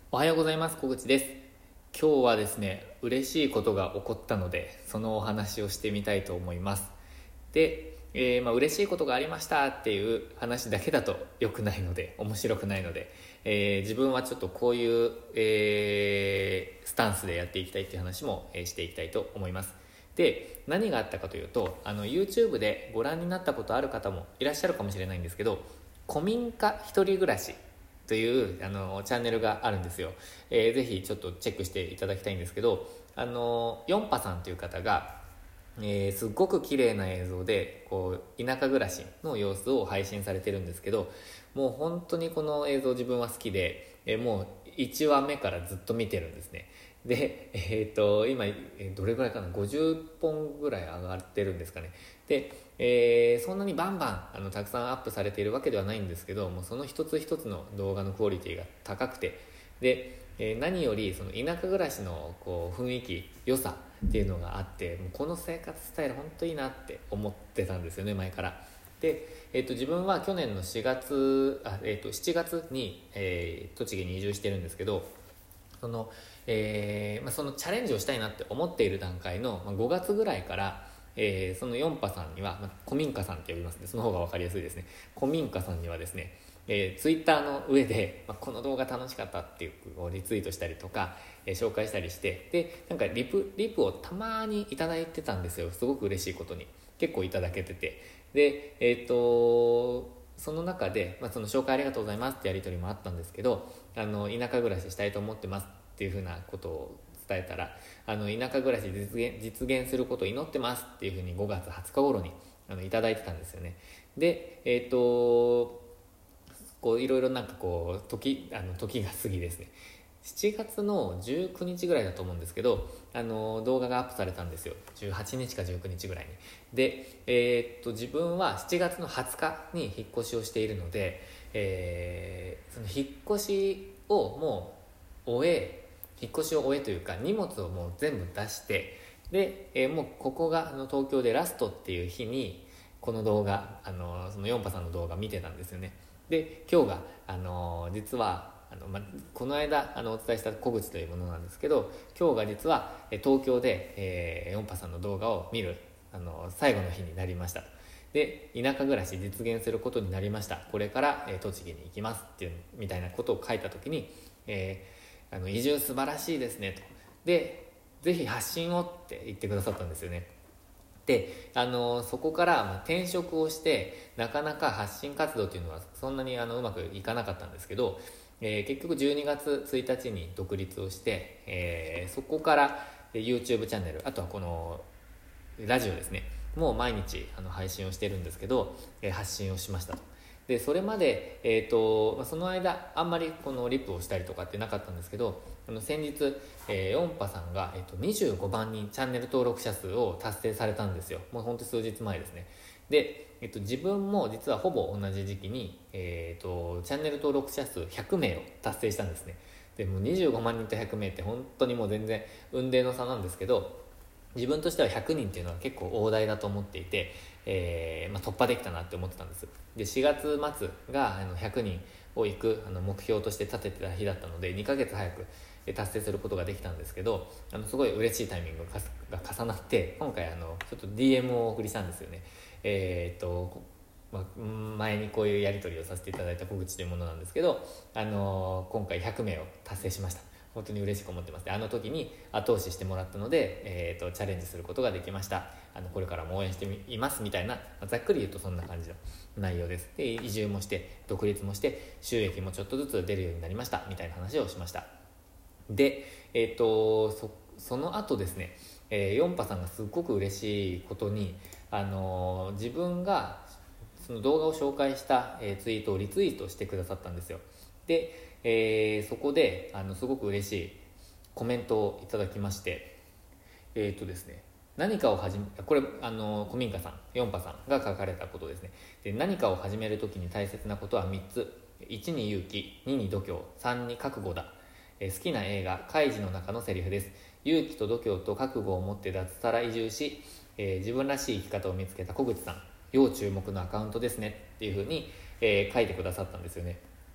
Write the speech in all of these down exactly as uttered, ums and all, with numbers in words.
おはようございます。小口です。今日はですね、嬉しいことが起こったので、そのお話をしてみたいと思います。で、えー、まあ嬉しいことがありましたっていう話だけだと良くないので、面白くないので、えー、自分はちょっとこういう、えー、スタンスでやっていきたいっていう話も、えー、していきたいと思います。で、何があったかというと、あの YouTube でご覧になったことある方もいらっしゃるかもしれないんですけど、古民家一人暮らしというあのチャンネルがあるんですよ、えー、ぜひちょっとチェックしていただきたいんですけど、あのヨンパさんという方が、えー、すごく綺麗な映像でこう田舎暮らしの様子を配信されてるんですけど、もう本当にこの映像自分は好きで、えー、もういちわめからずっと見てるんですね。で、えー、と今どれぐらいかな、ごじゅっぽんぐらい上がってるんですかね。で、えー、そんなにバンバンあのたくさんアップされているわけではないんですけども、その一つ一つの動画のクオリティが高くて、で、えー、何よりその田舎暮らしのこう雰囲気良さっていうのがあって、もうこの生活スタイル本当いいなって思ってたんですよね、前から。で、えー、と自分は去年のしがつあ、えー、としちがつに、えー、栃木に移住してるんですけど、その、えーまあ、そのチャレンジをしたいなって思っている段階の、まあ、ごがつぐらいから、えー、そのヨンパさんには、まあ、古民家さんって呼びますね。その方が分かりやすいですね。古民家さんにはですね、えー、ツイッターの上で、まあ、この動画楽しかったっていうをリツイートしたりとか、えー、紹介したりして、でなんかリプリプをたまにいただいてたんですよ。すごく嬉しいことに結構いただけてて、でえっ、ー、とその中で、まあ、その紹介ありがとうございますってやり取りもあったんですけど、あの田舎暮らししたいと思ってますっていうふうなことを伝えたら、あの田舎暮らし実現実現することを祈ってますっていうふうにごがつはつか頃にあのいただいてたんですよね。で、えっ、ー、とこういろいろなんかこう時あの時が過ぎですね、しちがつのじゅうくにちぐらいだと思うんですけど、あの動画がアップされたんですよ。じゅうはちにちかじゅうくにちぐらいに。で、えー、っと自分はしちがつのはつかに引っ越しをしているので、えー、その引っ越しをもう終え引っ越しを終えというか荷物をもう全部出して、で、えー、もうここがあの東京でラストっていう日にこの動画、あのそのヨンパさんの動画見てたんですよね。で今日が、あの実はあの、ま、この間あのお伝えした小口というものなんですけど、今日が実は東京で、えー、ヨンパさんの動画を見るあの最後の日になりました。で田舎暮らし実現することになりました、これから、えー、栃木に行きますっていうみたいなことを書いた時に、えー、あの移住素晴らしいですねと、でぜひ発信をって言ってくださったんですよね。であのそこからまあ転職をしてなかなか発信活動っていうのはそんなにあのうまくいかなかったんですけど、えー、結局じゅうにがつついたちに独立をして、えー、そこから YouTube チャンネル、あとはこのラジオですね、もう毎日あの配信をしてるんですけど、えー、発信をしましたと。でそれまで、えーとまあ、その間あんまりこのリップをしたりとかってなかったんですけど、あの先日、えー、ヨンパさんが、えーとにじゅうごばんにんチャンネル登録者数を達成されたんですよ。もうほんと数日前ですね。で、えーと自分も実はほぼ同じ時期に、えーとチャンネル登録者数ひゃくめいを達成したんですね。でもうにじゅうごまんにんとひゃくめいって本当にもう全然雲泥の差なんですけど、自分としてはひゃくにんっていうのは結構大台だと思っていて、えーまあ、突破できたなって思ってたんです。でしがつまつがあのひゃくにんを行くあの目標として立ててた日だったので、にかげつ早く達成することができたんですけど、あのすごい嬉しいタイミングが重なって、今回あのちょっと ディーエム をお送りしたんですよね。えー、っとまあ、前にこういうやり取りをさせていただいた小口というものなんですけど、あの今回ひゃくめいを達成しました。本当に嬉しく思ってます。であの時に後押ししてもらったので、えー、とチャレンジすることができました。あのこれからも応援していますみたいな、ざっくり言うとそんな感じの内容です。で移住もして独立もして収益もちょっとずつ出るようになりましたみたいな話をしました。で、えー、と そ, その後ですね、えー、ヨンパさんがすごく嬉しいことに、あのー、自分がその動画を紹介した、えー、ツイートをリツイートしてくださったんですよ。でえー、そこであのすごく嬉しいコメントをいただきまして、えっ、ー、とですね何かを始めこれあの古民家さんヨンパさんが書かれたことですね。で何かを始めるときに大切なことはみっつ。いちに勇気、にに度胸、さんに覚悟だ。えー、好きな映画カイジの中のセリフです。勇気と度胸と覚悟を持って脱サラ移住し、えー、自分らしい生き方を見つけた小口さん、要注目のアカウントですねっていうふうに、えー、書いてくださったんですよね。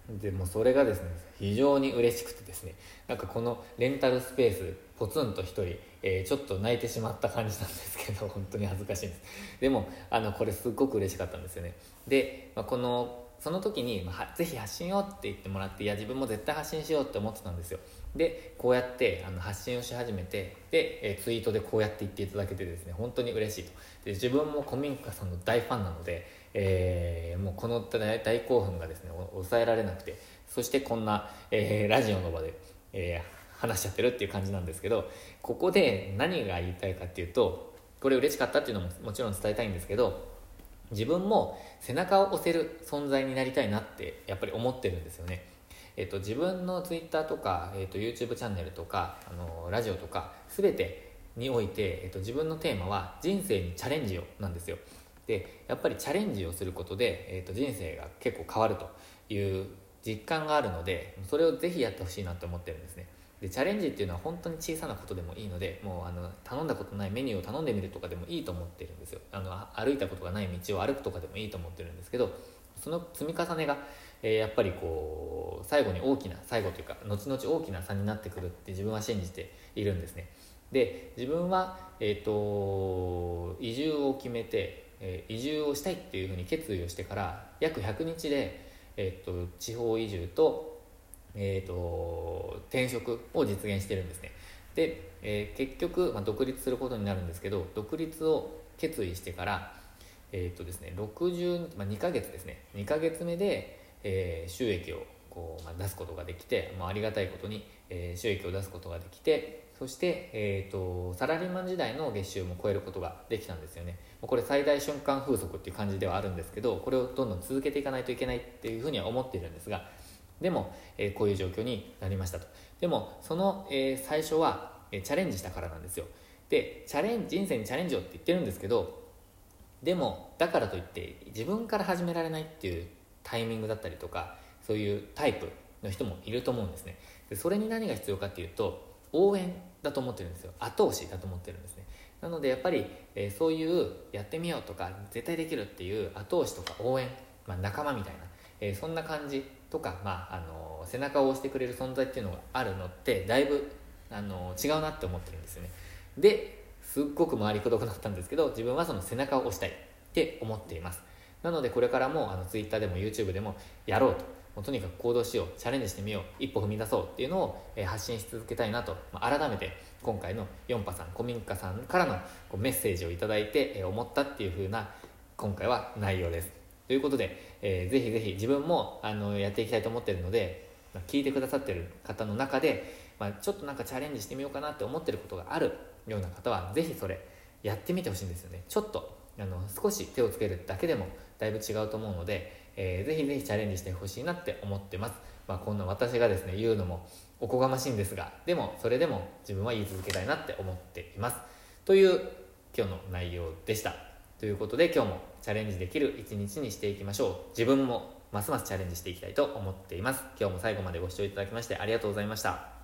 でもうそれがですね非常に嬉しくてですね、なんかこのレンタルスペースポツンと一人、えー、ちょっと泣いてしまった感じなんですけど本当に恥ずかしいんです。でもあのこれすっごく嬉しかったんですよね。で、まあ、このその時に、まあ、ぜひ発信をって言ってもらって、いや自分も絶対発信しようって思ってたんですよ。でこうやってあの発信をし始めて、で、えー、ツイートでこうやって言っていただけてですね本当に嬉しいと。で自分も古民家さんの大ファンなので、えー、もうこの 大, 大興奮がですね抑えられなくて、そしてこんな、えー、ラジオの場で、えー、話しちゃってるっていう感じなんですけど、ここで何が言いたいかっていうと、これ嬉しかったっていうのももちろん伝えたいんですけど、自分も背中を押せる存在になりたいなってやっぱり思ってるんですよね。えっと、自分のツイッターとか、えっと、YouTube チャンネルとかあのラジオとか全てにおいて、えっと、自分のテーマは人生にチャレンジをなんですよ。でやっぱりチャレンジをすることで、えっと、人生が結構変わるという実感があるので、それをぜひやってほしいなと思ってるんですね。でチャレンジっていうのは本当に小さなことでもいいので、もうあの頼んだことないメニューを頼んでみるとかでもいいと思ってるんですよ。あの歩いたことがない道を歩くとかでもいいと思ってるんですけど、その積み重ねが、えー、やっぱりこう最後に大きな最後というか後々大きな差になってくるって自分は信じているんですね。で自分は、えー、と移住を決めて、えー、移住をしたいっていうふうに決意をしてから約ひゃくにちで、えー、と地方移住とえー、と転職を実現してるんですね。で、えー、結局、まあ、独立することになるんですけど、独立を決意してから、えーとですね、ろくじゅう、まあ、にかげつですねにかげつめで、えー、収益をこう、まあ、出すことができて、まあ、ありがたいことに、えー、収益を出すことができて、そして、えーと、サラリーマン時代の月収も超えることができたんですよね。これ最大瞬間風速っていう感じではあるんですけど、これをどんどん続けていかないといけないっていうふうには思っているんですが、でも、えー、こういう状況になりましたと。でもその、えー、最初は、えー、チャレンジしたからなんですよ。でチャレンジ人生にチャレンジをって言ってるんですけど、でもだからといって自分から始められないっていうタイミングだったりとか、そういうタイプの人もいると思うんですね。でそれに何が必要かっていうと、応援だと思ってるんですよ。後押しだと思ってるんですね。なのでやっぱり、えー、そういうやってみようとか絶対できるっていう後押しとか応援、まあ、仲間みたいな、えー、そんな感じとか、まあ、あの背中を押してくれる存在っていうのがあるのってだいぶあの違うなって思ってるんですよね。ですっごく回りくどくなったんですけど、自分はその背中を押したいって思っています。なのでこれからもあの Twitter でも YouTube でもやろうと、もうとにかく行動しよう、チャレンジしてみよう、一歩踏み出そうっていうのを、えー、発信し続けたいなと、まあ、改めて今回のヨンパさん古民家さんからのこうメッセージをいただいて、えー、思ったっていう風な今回は内容です。ということで、えー、ぜひぜひ自分もあのやっていきたいと思っているので、まあ、聞いてくださっている方の中で、まあ、ちょっとなんかチャレンジしてみようかなって思っていることがあるような方はぜひそれやってみてほしいんですよね。ちょっとあの少し手をつけるだけでもだいぶ違うと思うので、えー、ぜひぜひチャレンジしてほしいなって思ってます。まあ、こんな私がですね言うのもおこがましいんですが、でもそれでも自分は言い続けたいなって思っていますという今日の内容でした。ということで今日もチャレンジできる一日にしていきましょう。自分もますますチャレンジしていきたいと思っています。今日も最後までご視聴いただきましてありがとうございました。